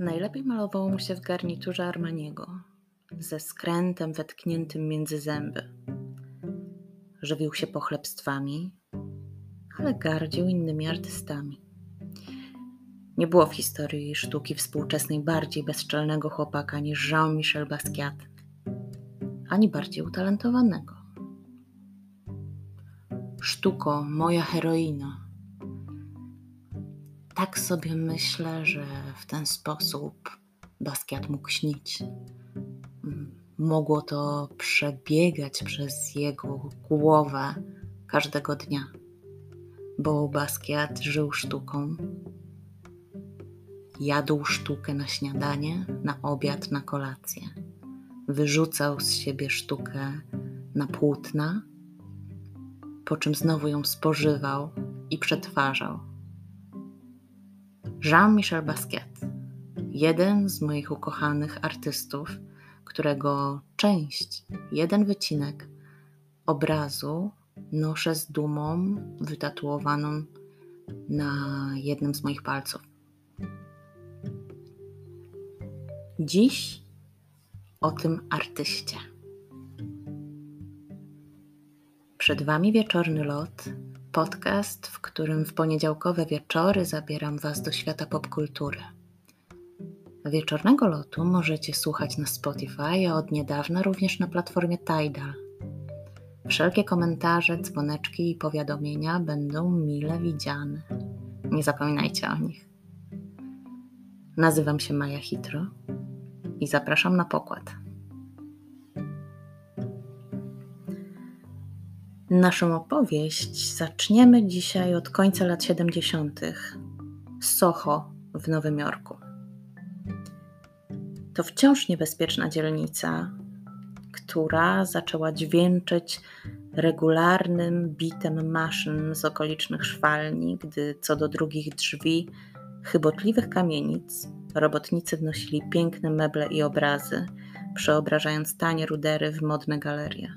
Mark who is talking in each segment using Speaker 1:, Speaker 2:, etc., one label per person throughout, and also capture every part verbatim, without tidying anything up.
Speaker 1: Najlepiej malowało mu się w garniturze Armaniego, ze skrętem wetkniętym między zęby. Żywił się pochlebstwami, ale gardził innymi artystami. Nie było w historii sztuki współczesnej bardziej bezczelnego chłopaka niż Jean-Michel Basquiat, ani bardziej utalentowanego. Sztuko, moja heroino. Tak sobie myślę, że w ten sposób Basquiat mógł śnić. Mogło to przebiegać przez jego głowę każdego dnia, bo Basquiat żył sztuką. Jadł sztukę na śniadanie, na obiad, na kolację. Wyrzucał z siebie sztukę na płótna, po czym znowu ją spożywał i przetwarzał. Jean-Michel Basquiat, jeden z moich ukochanych artystów, którego część, jeden wycinek obrazu noszę z dumą wytatuowaną na jednym z moich palców. Dziś o tym artyście. Przed Wami Wieczorny Lot, podcast, w którym w poniedziałkowe wieczory zabieram Was do świata popkultury. Wieczornego Lotu możecie słuchać na Spotify, a od niedawna również na platformie Tidal. Wszelkie komentarze, dzwoneczki i powiadomienia będą mile widziane. Nie zapominajcie o nich. Nazywam się Maja Hitro i zapraszam na pokład. Naszą opowieść zaczniemy dzisiaj od końca lat siedemdziesiątych. Soho w Nowym Jorku. To wciąż niebezpieczna dzielnica, która zaczęła dźwięczyć regularnym bitem maszyn z okolicznych szwalni, gdy co do drugich drzwi chybotliwych kamienic robotnicy wnosili piękne meble i obrazy, przeobrażając tanie rudery w modne galerie.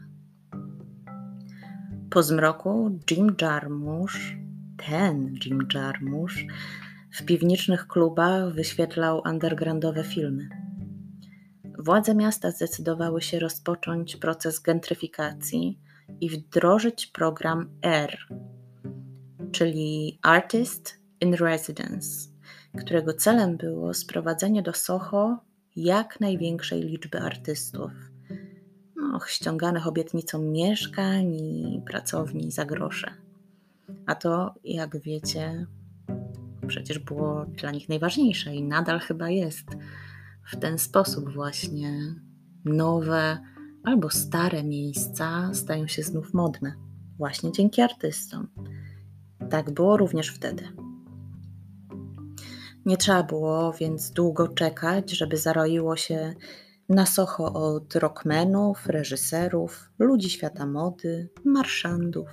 Speaker 1: Po zmroku Jim Jarmusch, ten Jim Jarmusch, w piwniczych klubach wyświetlał undergroundowe filmy. Władze miasta zdecydowały się rozpocząć proces gentryfikacji i wdrożyć program R, czyli Artist in Residence, którego celem było sprowadzenie do Soho jak największej liczby artystów, no, ściąganych obietnicą mieszkań i pracowni za grosze. A to, jak wiecie, przecież było dla nich najważniejsze i nadal chyba jest. W ten sposób właśnie nowe albo stare miejsca stają się znów modne, właśnie dzięki artystom. Tak było również wtedy. Nie trzeba było więc długo czekać, żeby zaroiło się na Soho od rockmenów, reżyserów, ludzi świata mody, marszandów.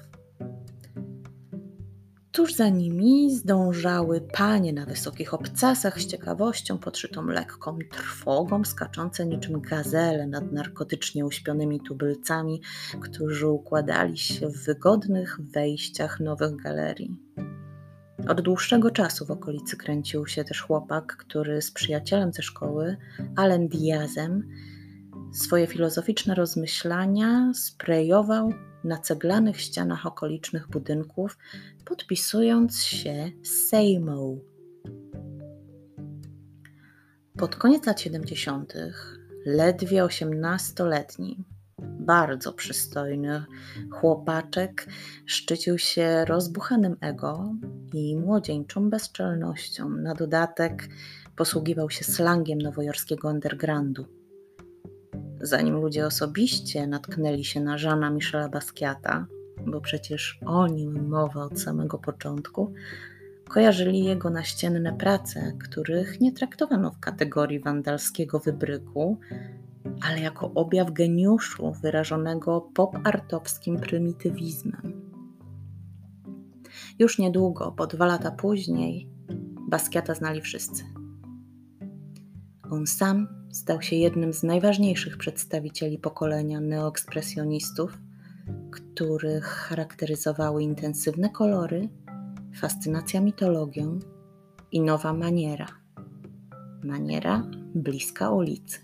Speaker 1: Tuż za nimi zdążały panie na wysokich obcasach z ciekawością podszytą lekką trwogą, skaczące niczym gazele nad narkotycznie uśpionymi tubylcami, którzy układali się w wygodnych wejściach nowych galerii. Od dłuższego czasu w okolicy kręcił się też chłopak, który z przyjacielem ze szkoły, Allen Diazem, swoje filozoficzne rozmyślania sprejował na ceglanych ścianach okolicznych budynków, podpisując się Samo. Pod koniec lat siedemdziesiątych ledwie osiemnastoletni, bardzo przystojny chłopaczek szczycił się rozbuchanym ego i młodzieńczą bezczelnością. Na dodatek posługiwał się slangiem nowojorskiego undergroundu. Zanim ludzie osobiście natknęli się na Jeana Michela Basquiata, bo przecież o nim mowa od samego początku, kojarzyli jego naścienne prace, których nie traktowano w kategorii wandalskiego wybryku, ale jako objaw geniuszu wyrażonego pop-artowskim prymitywizmem. Już niedługo, po dwa lata później, Basquiata znali wszyscy. On sam stał się jednym z najważniejszych przedstawicieli pokolenia neoekspresjonistów, których charakteryzowały intensywne kolory, fascynacja mitologią i nowa maniera. maniera bliska ulicy.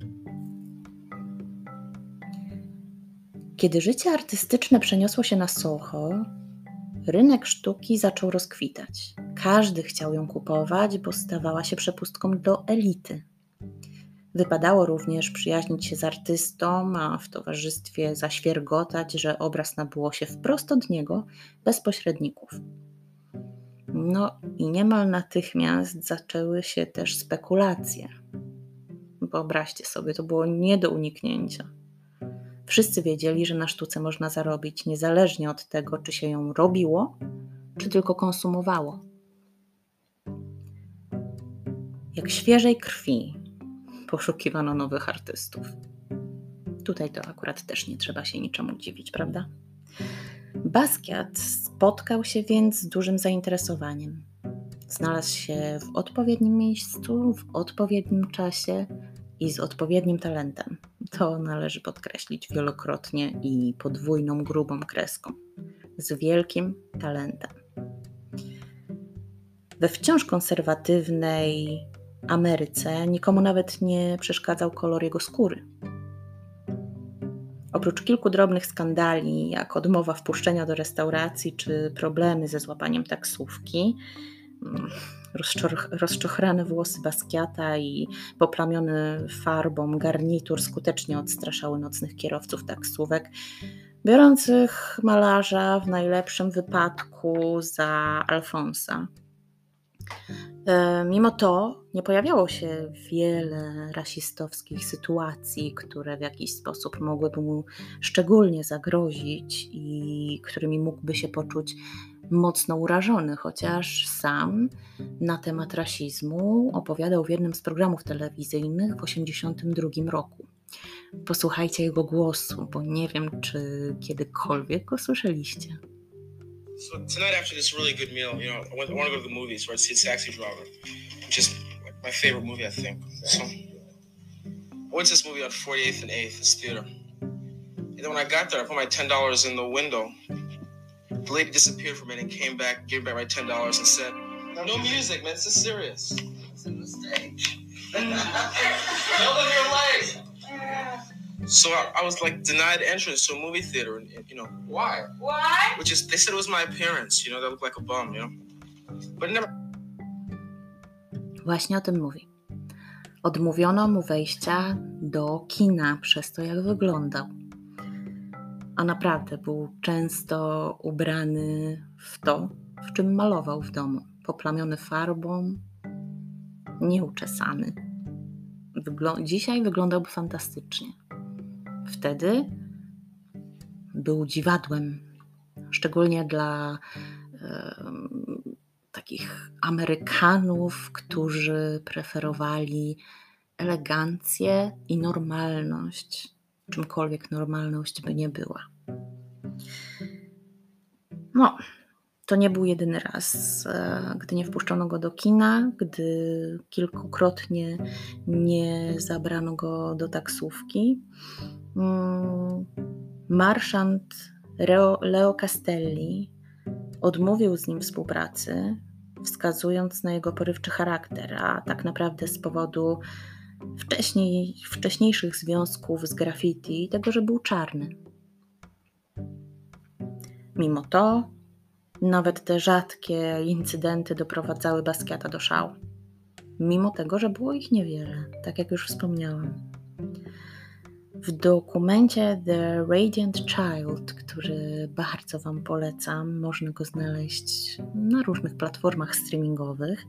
Speaker 1: Kiedy życie artystyczne przeniosło się na Soho, rynek sztuki zaczął rozkwitać. Każdy chciał ją kupować, bo stawała się przepustką do elity. Wypadało również przyjaźnić się z artystą, a w towarzystwie zaświergotać, że obraz nabyło się wprost od niego, bez pośredników. No i niemal natychmiast zaczęły się też spekulacje. Wyobraźcie sobie, to było nie do uniknięcia. Wszyscy wiedzieli, że na sztuce można zarobić, niezależnie od tego, czy się ją robiło, czy tylko konsumowało. Jak świeżej krwi poszukiwano nowych artystów. Tutaj to akurat też nie trzeba się niczemu dziwić, prawda? Basquiat spotkał się więc z dużym zainteresowaniem. Znalazł się w odpowiednim miejscu, w odpowiednim czasie i z odpowiednim talentem. To należy podkreślić wielokrotnie i podwójną, grubą kreską. Z wielkim talentem. We wciąż konserwatywnej Ameryce nikomu nawet nie przeszkadzał kolor jego skóry. Oprócz kilku drobnych skandali, jak odmowa wpuszczenia do restauracji czy problemy ze złapaniem taksówki, rozczor- rozczochrane włosy Basquiata i poplamiony farbą garnitur skutecznie odstraszały nocnych kierowców taksówek, biorących malarza w najlepszym wypadku za Alfonsa. Mimo to nie pojawiało się wiele rasistowskich sytuacji, które w jakiś sposób mogłyby mu szczególnie zagrozić i którymi mógłby się poczuć mocno urażony, chociaż sam na temat rasizmu opowiadał w jednym z programów telewizyjnych w osiemdziesiątym drugim roku. Posłuchajcie jego głosu, bo nie wiem, czy kiedykolwiek go słyszeliście.
Speaker 2: So tonight after this really good meal, you know, I, went, I want to go to the movies, so I'd see Taxi Driver, which is like my favorite movie, I think. So I went to this movie on forty-eighth and eighth, this theater. And then when I got there, I put my ten dollars in the window. The lady disappeared for a minute and came back, gave back my ten dollars and said, no music, man, this is serious. It's a mistake. Don't live your life. So I, I was like denied entrance to a movie theater, and, and you know why? Why? Which is they said it was my appearance, you know, that I looked like a bum, you know. But it never.
Speaker 1: Właśnie o tym mówi. Odmówiono mu wejścia do kina przez to, jak wyglądał. A naprawdę był często ubrany w to, w czym malował w domu. Poplamiony farbą, nieuczesany. Wygl- Dzisiaj wyglądałby fantastycznie. Wtedy był dziwadłem, szczególnie dla e, takich Amerykanów, którzy preferowali elegancję i normalność, czymkolwiek normalność by nie była. No, to nie był jedyny raz, e, gdy nie wpuszczono go do kina, gdy kilkukrotnie nie zabrano go do taksówki. Mm, marszant Leo, Leo Castelli odmówił z nim współpracy, wskazując na jego porywczy charakter, a tak naprawdę z powodu wcześniej, wcześniejszych związków z graffiti i tego, że był czarny. Mimo to nawet te rzadkie incydenty doprowadzały Basquiata do szału. Mimo tego, że było ich niewiele, tak jak już wspomniałam. W dokumencie The Radiant Child, który bardzo Wam polecam, można go znaleźć na różnych platformach streamingowych,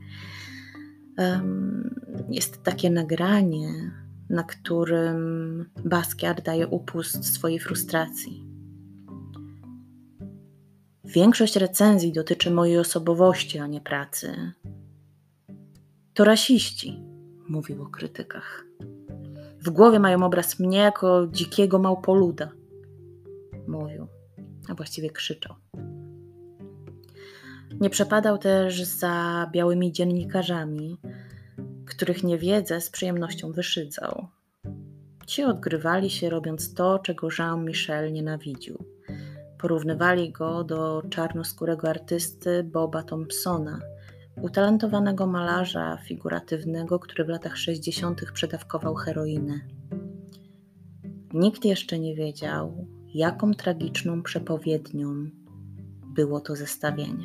Speaker 1: jest takie nagranie, na którym Basquiat daje upust swojej frustracji. Większość recenzji dotyczy mojej osobowości, a nie pracy. To rasiści, mówił o krytykach. W głowie mają obraz mnie jako dzikiego małpoluda, mówił, a właściwie krzyczał. Nie przepadał też za białymi dziennikarzami, których niewiedzę z przyjemnością wyszydzał. Ci odgrywali się, robiąc to, czego Jean-Michel nienawidził. Porównywali go do czarnoskórego artysty Boba Thompsona, utalentowanego malarza figuratywnego, który w latach sześćdziesiątych przedawkował heroinę. Nikt jeszcze nie wiedział, jaką tragiczną przepowiednią było to zestawienie.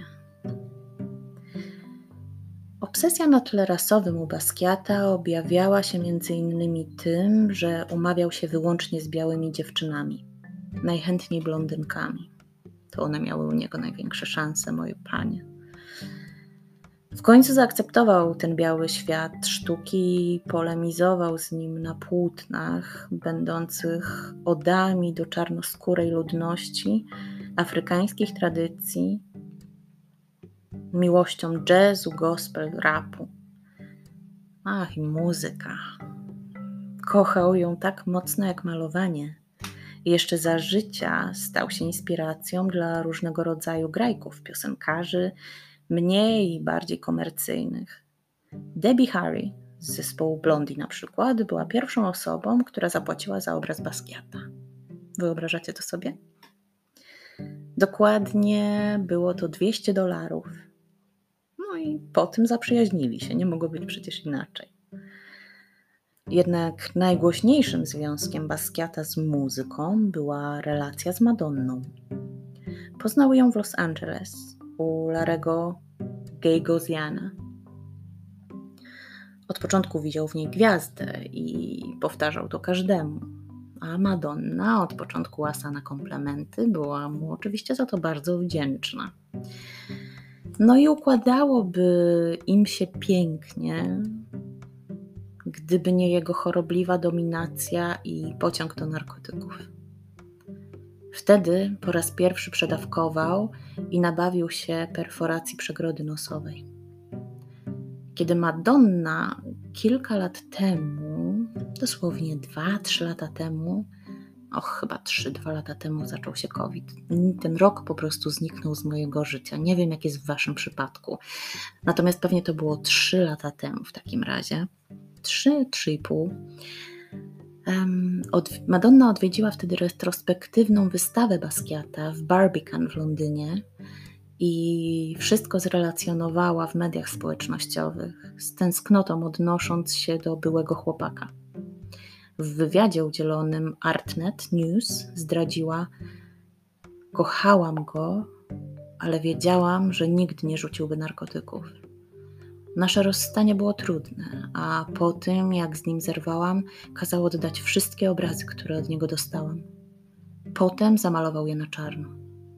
Speaker 1: Obsesja na tle rasowym u Basquiata objawiała się między innymi tym, że umawiał się wyłącznie z białymi dziewczynami, najchętniej blondynkami. To one miały u niego największe szanse, moje panie. W końcu zaakceptował ten biały świat sztuki i polemizował z nim na płótnach będących odami do czarnoskórej ludności, afrykańskich tradycji, miłością jazzu, gospel, rapu. Ach, i muzyka. Kochał ją tak mocno jak malowanie. I jeszcze za życia stał się inspiracją dla różnego rodzaju grajków, piosenkarzy, mniej i bardziej komercyjnych. Debbie Harry z zespołu Blondie na przykład była pierwszą osobą, która zapłaciła za obraz Basquiata. Wyobrażacie to sobie? Dokładnie było to dwieście dolarów. No i po tym zaprzyjaźnili się, nie mogło być przecież inaczej. Jednak najgłośniejszym związkiem Basquiata z muzyką była relacja z Madonną. Poznał ją w Los Angeles u Larry'ego Gagosiana. Od początku widział w niej gwiazdę i powtarzał to każdemu. A Madonna od początku łasa na komplementy, była mu oczywiście za to bardzo wdzięczna. No i układałoby im się pięknie, gdyby nie jego chorobliwa dominacja i pociąg do narkotyków. Wtedy po raz pierwszy przedawkował i nabawił się perforacji przegrody nosowej. Kiedy Madonna kilka lat temu, dosłownie dwa, trzy lata temu, och, chyba trzy, dwa lata temu zaczął się COVID. Ten rok po prostu zniknął z mojego życia. Nie wiem, jak jest w waszym przypadku. Natomiast pewnie to było trzy lata temu w takim razie. Trzy, trzy i pół. Um, od, Madonna odwiedziła wtedy retrospektywną wystawę Basquiata w Barbican w Londynie i wszystko zrelacjonowała w mediach społecznościowych, z tęsknotą odnosząc się do byłego chłopaka. W wywiadzie udzielonym Artnet News zdradziła: kochałam go, ale wiedziałam, że nigdy nie rzuciłby narkotyków. Nasze rozstanie było trudne, a po tym, jak z nim zerwałam, kazał oddać wszystkie obrazy, które od niego dostałam. Potem zamalował je na czarno.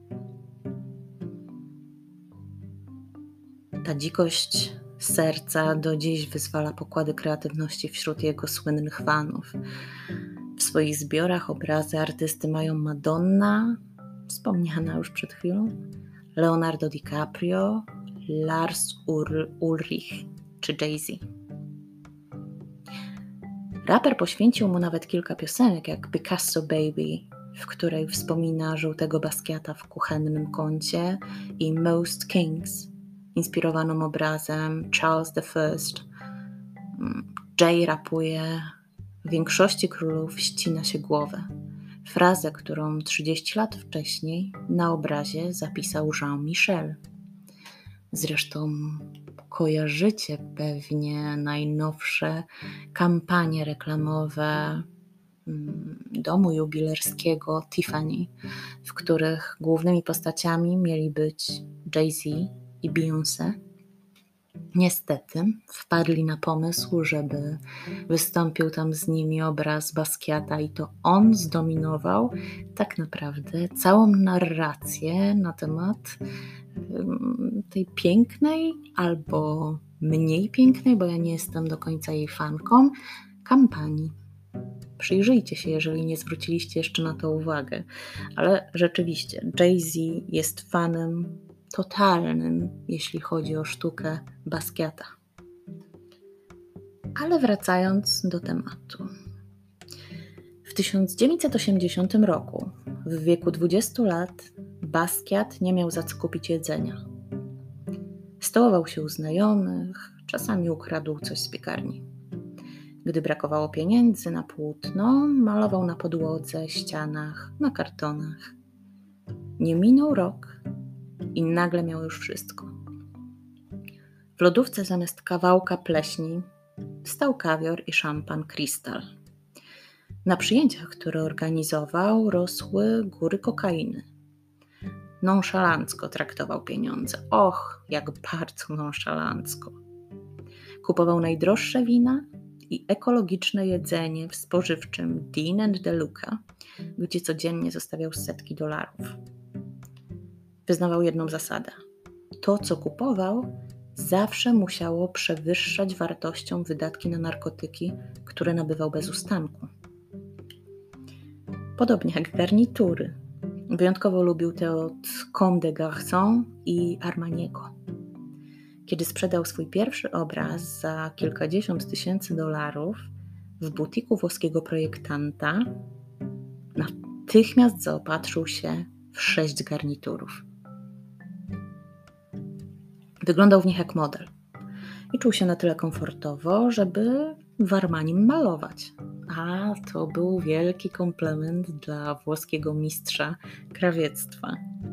Speaker 1: Ta dzikość serca do dziś wyzwala pokłady kreatywności wśród jego słynnych fanów. W swoich zbiorach obrazy artysty mają Madonna, wspomniana już przed chwilą, Leonardo DiCaprio, Lars Ulrich czy Jay-Z. Raper poświęcił mu nawet kilka piosenek, jak Picasso Baby, w której wspomina żółtego Basquiata w kuchennym kącie, i Most Kings, inspirowaną obrazem Charles the First. Jay rapuje: większości królów ścina się głowę. Frazę, którą trzydzieści lat wcześniej na obrazie zapisał Jean Michel. Zresztą kojarzycie pewnie najnowsze kampanie reklamowe domu jubilerskiego Tiffany, w których głównymi postaciami mieli być Jay-Z i Beyoncé. Niestety wpadli na pomysł, żeby wystąpił tam z nimi obraz Basquiata i to on zdominował tak naprawdę całą narrację na temat tej pięknej albo mniej pięknej, bo ja nie jestem do końca jej fanką, kampanii. Przyjrzyjcie się, jeżeli nie zwróciliście jeszcze na to uwagę. Ale rzeczywiście Jay-Z jest fanem totalnym, jeśli chodzi o sztukę Basquiata. Ale wracając do tematu. W tysiąc dziewięćset osiemdziesiątym roku, w wieku dwudziestu lat, Basquiat nie miał za co kupić jedzenia. Stołował się u znajomych, czasami ukradł coś z piekarni. Gdy brakowało pieniędzy na płótno, malował na podłodze, ścianach, na kartonach. Nie minął rok i nagle miał już wszystko. W lodówce zamiast kawałka pleśni stał kawior i szampan Crystal. Na przyjęciach, które organizował, rosły góry kokainy. Nonszalancko traktował pieniądze. Och, jak bardzo nonszalancko. Kupował najdroższe wina i ekologiczne jedzenie w spożywczym Dean and DeLuca, gdzie codziennie zostawiał setki dolarów. Wyznawał jedną zasadę. To, co kupował, zawsze musiało przewyższać wartością wydatki na narkotyki, które nabywał bez ustanku. Podobnie jak garnitury. Wyjątkowo lubił te od Comme des Garçons i Armaniego. Kiedy sprzedał swój pierwszy obraz za kilkadziesiąt tysięcy dolarów w butiku włoskiego projektanta, natychmiast zaopatrzył się w sześć garniturów. Wyglądał w nich jak model i czuł się na tyle komfortowo, żeby w Armanim malować. A to był wielki komplement dla włoskiego mistrza krawiectwa.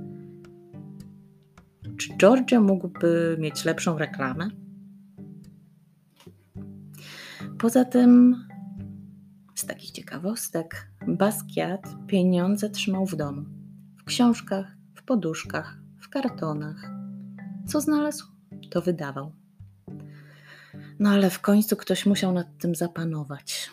Speaker 1: Czy Giorgio mógłby mieć lepszą reklamę? Poza tym, z takich ciekawostek, Basquiat pieniądze trzymał w domu. W książkach, w poduszkach, w kartonach. Co znalazł, to wydawał. No ale w końcu ktoś musiał nad tym zapanować.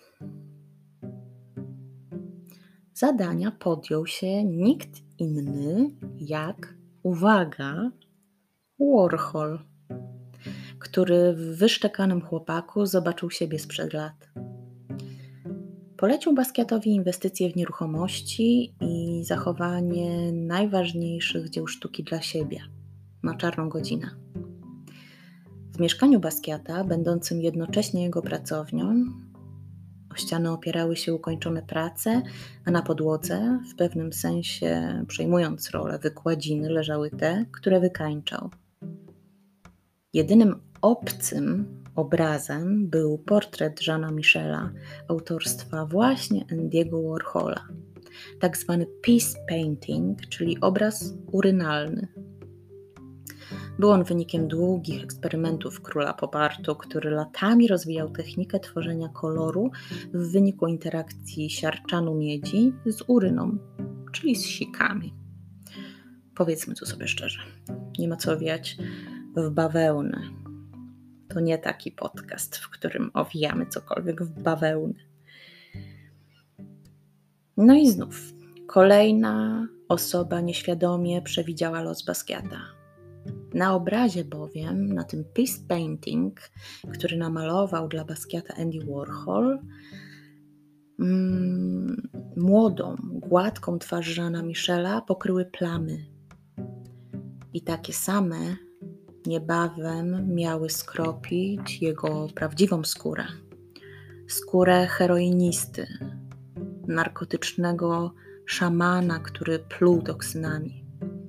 Speaker 1: Zadania podjął się nikt inny jak, uwaga, Warhol, który w wyszczekanym chłopaku zobaczył siebie sprzed lat. Polecił Basquiatowi inwestycje w nieruchomości i zachowanie najważniejszych dzieł sztuki dla siebie na czarną godzinę. W mieszkaniu Basquiata, będącym jednocześnie jego pracownią, o ściany opierały się ukończone prace, a na podłodze, w pewnym sensie przejmując rolę wykładziny, leżały te, które wykańczał. Jedynym obcym obrazem był portret Jeana Michela autorstwa właśnie Andy'ego Warhola, tak zwany peace painting, czyli obraz urynalny. Był on wynikiem długich eksperymentów króla Popartu, który latami rozwijał technikę tworzenia koloru w wyniku interakcji siarczanu miedzi z uryną, czyli z sikami. Powiedzmy tu sobie szczerze, nie ma co owijać w bawełnę. To nie taki podcast, w którym owijamy cokolwiek w bawełnę. No i znów, kolejna osoba nieświadomie przewidziała los Basquiata. Na obrazie bowiem, na tym peace painting, który namalował dla Basquiata Andy Warhol, mm, młodą, gładką twarz Jeana Michela pokryły plamy. I takie same niebawem miały skropić jego prawdziwą skórę. Skórę heroinisty, narkotycznego szamana, który pluł toksynami.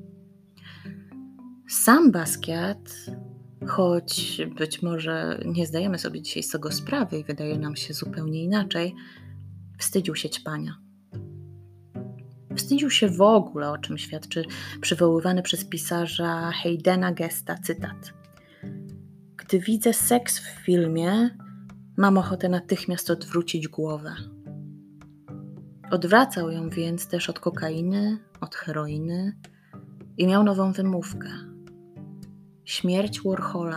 Speaker 1: Sam Basquiat, choć być może nie zdajemy sobie dzisiaj z tego sprawy i wydaje nam się zupełnie inaczej, wstydził się ćpania. Wstydził się w ogóle, o czym świadczy przywoływany przez pisarza Haydena Gesta cytat. Gdy widzę seks w filmie, mam ochotę natychmiast odwrócić głowę. Odwracał ją więc też od kokainy, od heroiny i miał nową wymówkę. Śmierć Warhola.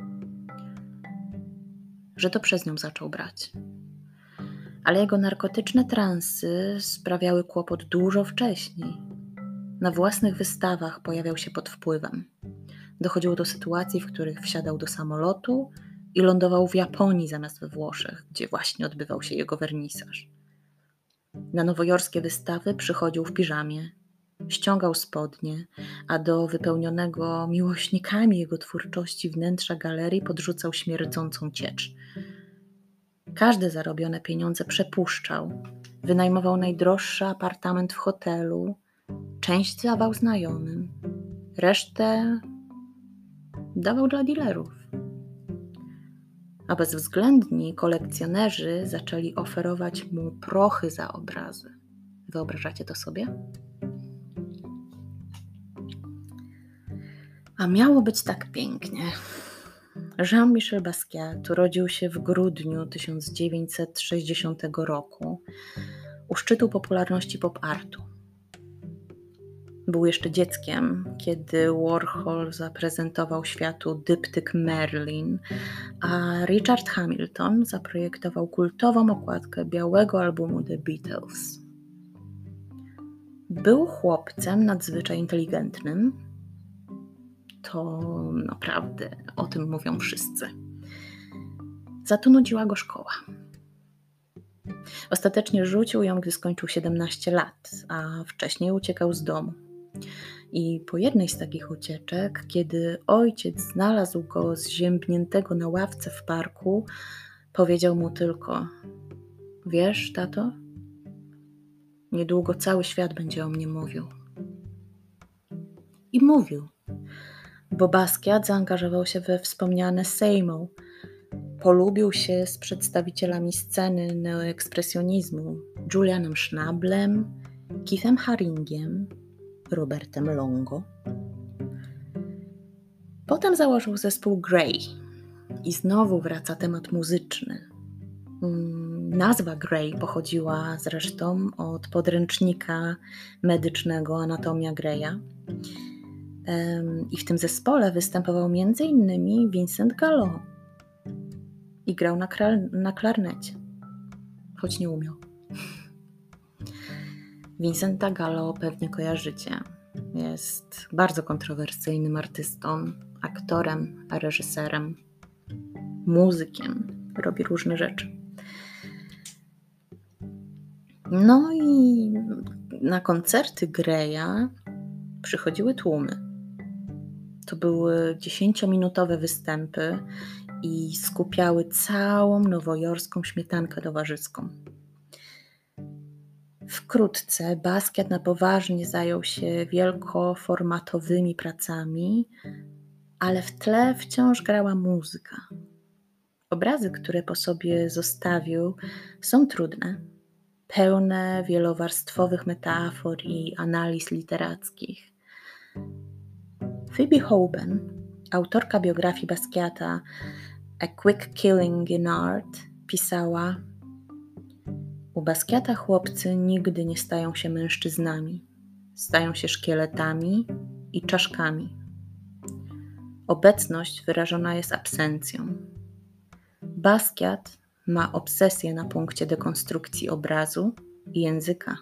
Speaker 1: Że to przez nią zaczął brać. Ale jego narkotyczne transy sprawiały kłopot dużo wcześniej. Na własnych wystawach pojawiał się pod wpływem. Dochodziło do sytuacji, w których wsiadał do samolotu i lądował w Japonii zamiast we Włoszech, gdzie właśnie odbywał się jego wernisaż. Na nowojorskie wystawy przychodził w piżamie, ściągał spodnie, a do wypełnionego miłośnikami jego twórczości wnętrza galerii podrzucał śmierdzącą ciecz. Każde zarobione pieniądze przepuszczał, wynajmował najdroższy apartament w hotelu, część dawał znajomym, resztę dawał dla dealerów. A bezwzględni kolekcjonerzy zaczęli oferować mu prochy za obrazy. Wyobrażacie to sobie? A miało być tak pięknie. Jean-Michel Basquiat urodził się w grudniu tysiąc dziewięćset sześćdziesiątego roku u szczytu popularności pop-artu. Był jeszcze dzieckiem, kiedy Warhol zaprezentował światu dyptyk Merlin, a Richard Hamilton zaprojektował kultową okładkę białego albumu The Beatles. Był chłopcem nadzwyczaj inteligentnym. To naprawdę o tym mówią wszyscy. Za to nudziła go szkoła. Ostatecznie rzucił ją, gdy skończył siedemnaście lat, a wcześniej uciekał z domu. I po jednej z takich ucieczek, kiedy ojciec znalazł go zziębniętego na ławce w parku, powiedział mu tylko: wiesz, tato, niedługo cały świat będzie o mnie mówił. I mówił, bo Basquiat zaangażował się we wspomniane Sejmo. Polubił się z przedstawicielami sceny neoekspresjonizmu Julianem Schnablem, Keithem Haringiem, Robertem Longo. Potem założył zespół Grey i znowu wraca temat muzyczny. Nazwa Grey pochodziła zresztą od podręcznika medycznego Anatomia Greya. I w tym zespole występował między innymi Vincent Gallo i grał na, kral- na klarnecie, choć nie umiał. Vincenta Gallo pewnie kojarzycie. Jest bardzo kontrowersyjnym artystą, aktorem, reżyserem, muzykiem. Robi różne rzeczy. No i na koncerty Greya przychodziły tłumy. To były dziesięciominutowe występy i skupiały całą nowojorską śmietankę towarzyską. Wkrótce Basquiat na poważnie zajął się wielkoformatowymi pracami, ale w tle wciąż grała muzyka. Obrazy, które po sobie zostawił, są trudne, pełne wielowarstwowych metafor i analiz literackich. Phoebe Hoban, autorka biografii Basquiata A Quick Killing in Art, pisała: u Basquiata chłopcy nigdy nie stają się mężczyznami, stają się szkieletami i czaszkami. Obecność wyrażona jest absencją. Basquiat ma obsesję na punkcie dekonstrukcji obrazu i języka.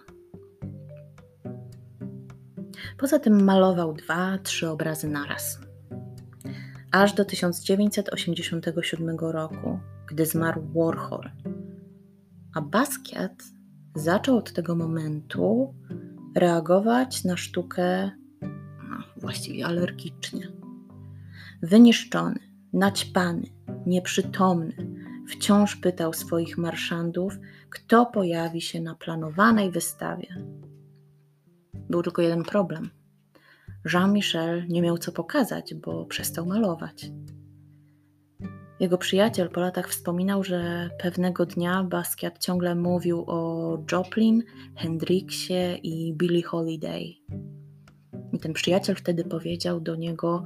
Speaker 1: Poza tym malował dwa, trzy obrazy naraz. Aż do tysiąc dziewięćset osiemdziesiątego siódmego roku, gdy zmarł Warhol. A Basquiat zaczął od tego momentu reagować na sztukę no, właściwie alergicznie. Wyniszczony, naćpany, nieprzytomny, wciąż pytał swoich marszandów, kto pojawi się na planowanej wystawie. Był tylko jeden problem. Jean-Michel nie miał co pokazać, bo przestał malować. Jego przyjaciel po latach wspominał, że pewnego dnia Basquiat ciągle mówił o Joplin, Hendrixie i Billie Holiday. I ten przyjaciel wtedy powiedział do niego: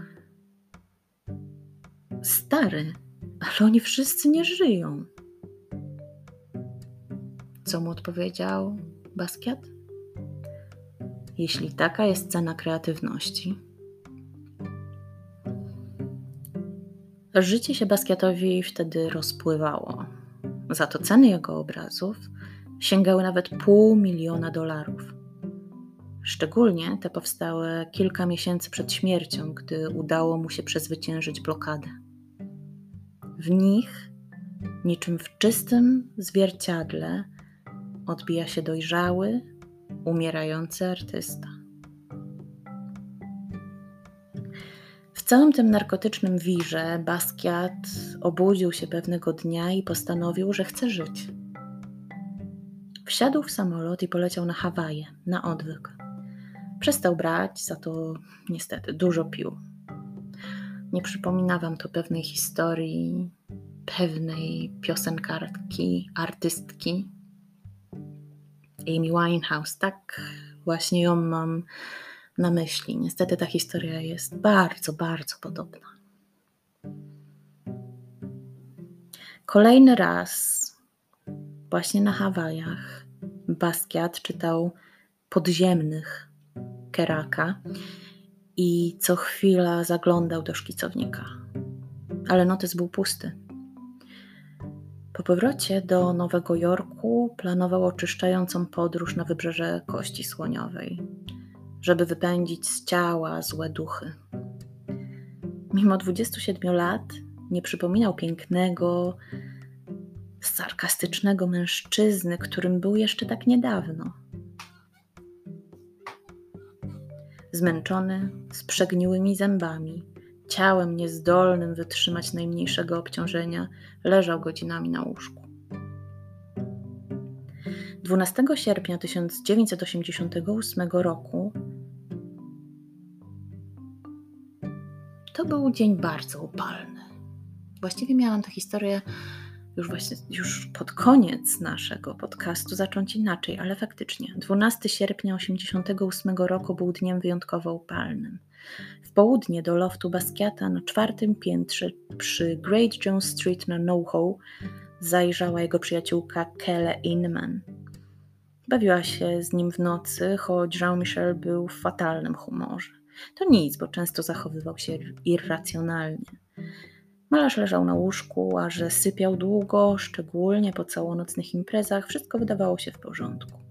Speaker 1: stary, ale oni wszyscy nie żyją. Co mu odpowiedział Basquiat? Jeśli taka jest cena kreatywności. Życie się Basquiatowi wtedy rozpływało. Za to ceny jego obrazów sięgały nawet pół miliona dolarów. Szczególnie te powstałe kilka miesięcy przed śmiercią, gdy udało mu się przezwyciężyć blokadę. W nich, niczym w czystym zwierciadle, odbija się dojrzały, umierający artysta. W całym tym narkotycznym wirze Basquiat obudził się pewnego dnia i postanowił, że chce żyć. Wsiadł w samolot i poleciał na Hawaje, na odwyk. Przestał brać, za to niestety dużo pił. Nie przypomina wam to pewnej historii, pewnej piosenkarki, artystki, Amy Winehouse. Tak właśnie ją mam na myśli. Niestety ta historia jest bardzo, bardzo podobna. Kolejny raz, właśnie na Hawajach, Basquiat czytał Podziemnych Keraka i co chwila zaglądał do szkicownika. Ale notes był pusty. Po powrocie do Nowego Jorku planował oczyszczającą podróż na wybrzeże Kości Słoniowej, żeby wypędzić z ciała złe duchy. Mimo dwudziestu siedmiu lat nie przypominał pięknego, sarkastycznego mężczyzny, którym był jeszcze tak niedawno. Zmęczony, z przegniłymi zębami, ciałem niezdolnym wytrzymać najmniejszego obciążenia, leżał godzinami na łóżku. dwunastego sierpnia tysiąc dziewięćset osiemdziesiątego ósmego roku to był dzień bardzo upalny. Właściwie miałam tę historię już właśnie już pod koniec naszego podcastu zacząć inaczej, ale faktycznie dwunastego sierpnia tysiąc dziewięćset osiemdziesiątego ósmego roku był dniem wyjątkowo upalnym. W południe do loftu Basquiata na czwartym piętrze przy Great Jones Street na NoHo zajrzała jego przyjaciółka Kelle Inman. Bawiła się z nim w nocy, choć Jean-Michel był w fatalnym humorze. To nic, bo często zachowywał się irracjonalnie. Malarz leżał na łóżku, a że sypiał długo, szczególnie po całonocnych imprezach, wszystko wydawało się w porządku.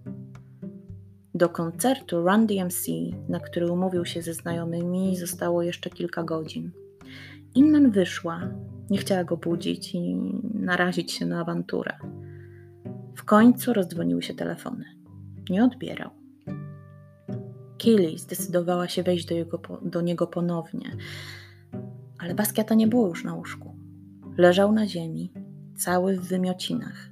Speaker 1: Do koncertu Run D M C, na który umówił się ze znajomymi, zostało jeszcze kilka godzin. Inman wyszła, nie chciała go budzić i narazić się na awanturę. W końcu rozdzwoniły się telefony. Nie odbierał. Kili zdecydowała się wejść do, jego, do niego ponownie, ale Basquiata nie było już na łóżku. Leżał na ziemi, cały w wymiocinach.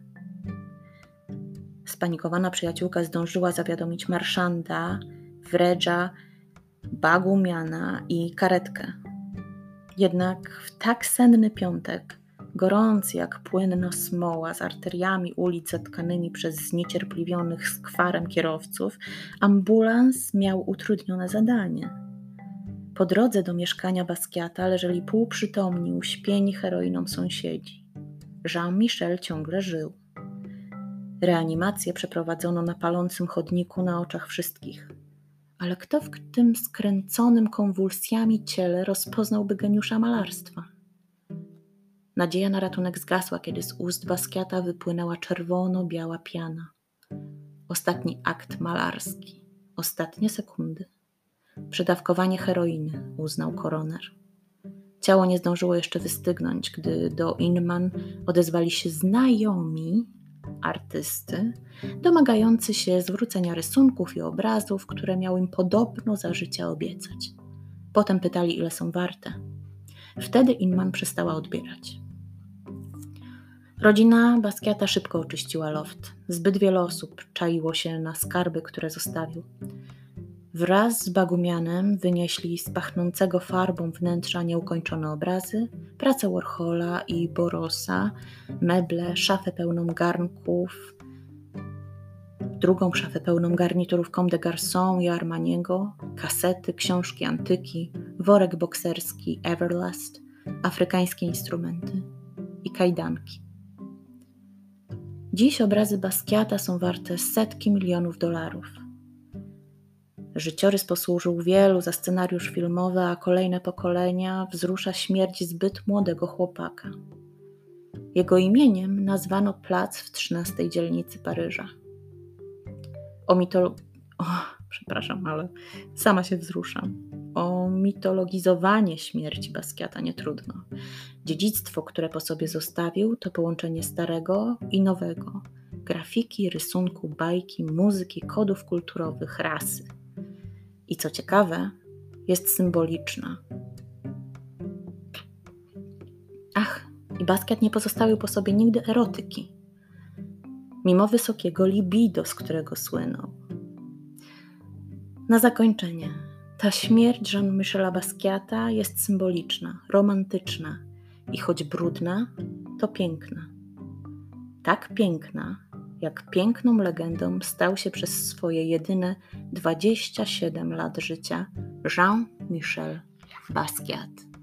Speaker 1: Spanikowana przyjaciółka zdążyła zawiadomić marszanda, Wredża, Bagumiana i karetkę. Jednak w tak senny piątek, gorący jak płynna smoła z arteriami ulic zatkanymi przez zniecierpliwionych skwarem kierowców, ambulans miał utrudnione zadanie. Po drodze do mieszkania Basquiata leżeli półprzytomni, uśpieni heroiną sąsiedzi. Jean-Michel ciągle żył. Reanimację przeprowadzono na palącym chodniku na oczach wszystkich. Ale kto w tym skręconym konwulsjami ciele rozpoznałby geniusza malarstwa? Nadzieja na ratunek zgasła, kiedy z ust Basquiata wypłynęła czerwono-biała piana. Ostatni akt malarski. Ostatnie sekundy. Przedawkowanie heroiny, uznał koroner. Ciało nie zdążyło jeszcze wystygnąć, gdy do Inman odezwali się znajomi artysty, domagający się zwrócenia rysunków i obrazów, które miał im podobno za życia obiecać. Potem pytali, ile są warte. Wtedy Inman przestała odbierać. Rodzina Basquiata szybko oczyściła loft. Zbyt wiele osób czaiło się na skarby, które zostawił. Wraz z Bagumianem wynieśli z pachnącego farbą wnętrza nieukończone obrazy, pracę Warhola i Borosa, meble, szafę pełną garnków, drugą szafę pełną garniturów Comme des Garçons i Armaniego, kasety, książki antyki, worek bokserski Everlast, afrykańskie instrumenty i kajdanki. Dziś obrazy Basquiata są warte setki milionów dolarów. Życiorys posłużył wielu za scenariusz filmowy, a kolejne pokolenia wzrusza śmierć zbyt młodego chłopaka. Jego imieniem nazwano plac w trzynastej dzielnicy Paryża. O mitolo... O, przepraszam, ale sama się wzruszam. O mitologizowanie śmierci Basquiata nie trudno. Dziedzictwo, które po sobie zostawił, to połączenie starego i nowego. Grafiki, rysunku, bajki, muzyki, kodów kulturowych, rasy. I co ciekawe, jest symboliczna. Ach, i Basquiat nie pozostawił po sobie nigdy erotyki. Mimo wysokiego libido, z którego słynął. Na zakończenie, ta śmierć Jean-Michela Basquiata jest symboliczna, romantyczna i choć brudna, to piękna. Tak piękna, jak piękną legendą stał się przez swoje jedyne dwadzieścia siedem lat życia Jean-Michel Basquiat.